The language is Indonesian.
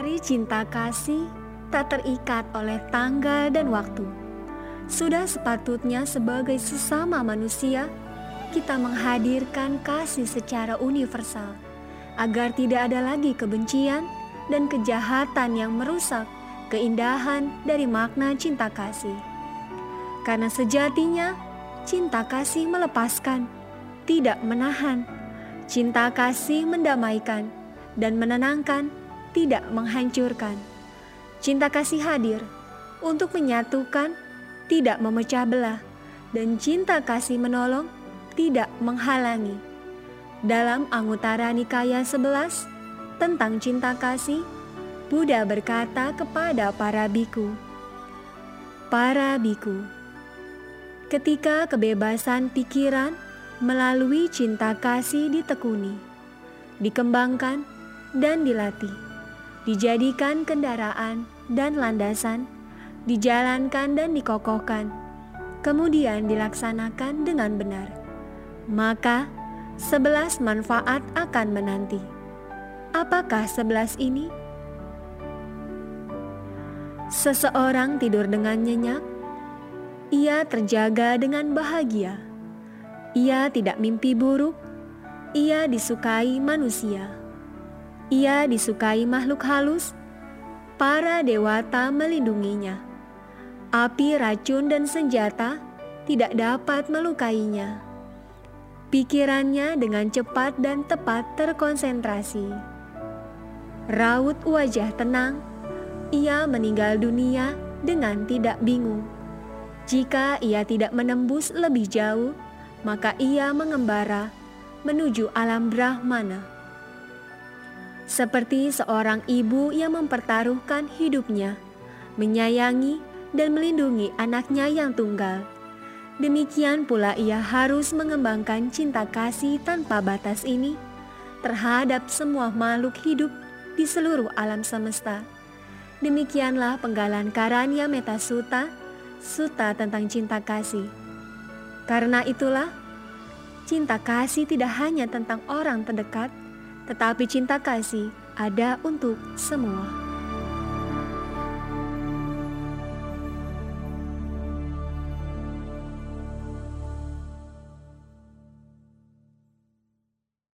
Hari cinta kasih tak terikat oleh tanggal dan waktu. Sudah sepatutnya sebagai sesama manusia, kita menghadirkan kasih secara universal, agar tidak ada lagi kebencian dan kejahatan yang merusak keindahan dari makna cinta kasih. Karena sejatinya, cinta kasih melepaskan, tidak menahan. Cinta kasih mendamaikan dan menenangkan, tidak menghancurkan. Cinta kasih hadir untuk menyatukan, tidak memecah belah, dan cinta kasih menolong, tidak menghalangi. Dalam Anguttara Nikaya 11 tentang cinta kasih, Buddha berkata kepada para biku, "Para biku, ketika kebebasan pikiran melalui cinta kasih ditekuni, dikembangkan, dan dilatih, dijadikan kendaraan dan landasan, dijalankan dan dikokohkan, kemudian dilaksanakan dengan benar, maka 11 manfaat akan menanti." Apakah 11 ini? Seseorang tidur dengan nyenyak, ia terjaga dengan bahagia, ia tidak mimpi buruk, ia disukai manusia, ia disukai makhluk halus, para dewata melindunginya, api, racun, dan senjata tidak dapat melukainya. Pikirannya dengan cepat dan tepat terkonsentrasi. Raut wajah tenang, ia meninggal dunia dengan tidak bingung. Jika ia tidak menembus lebih jauh, maka ia mengembara menuju alam Brahmana. Seperti seorang ibu yang mempertaruhkan hidupnya, menyayangi dan melindungi anaknya yang tunggal, demikian pula ia harus mengembangkan cinta kasih tanpa batas ini terhadap semua makhluk hidup di seluruh alam semesta. Demikianlah penggalan Karanya Metta Sutta, sutta tentang cinta kasih. Karena itulah, cinta kasih tidak hanya tentang orang terdekat, tetapi cinta kasih ada untuk semua.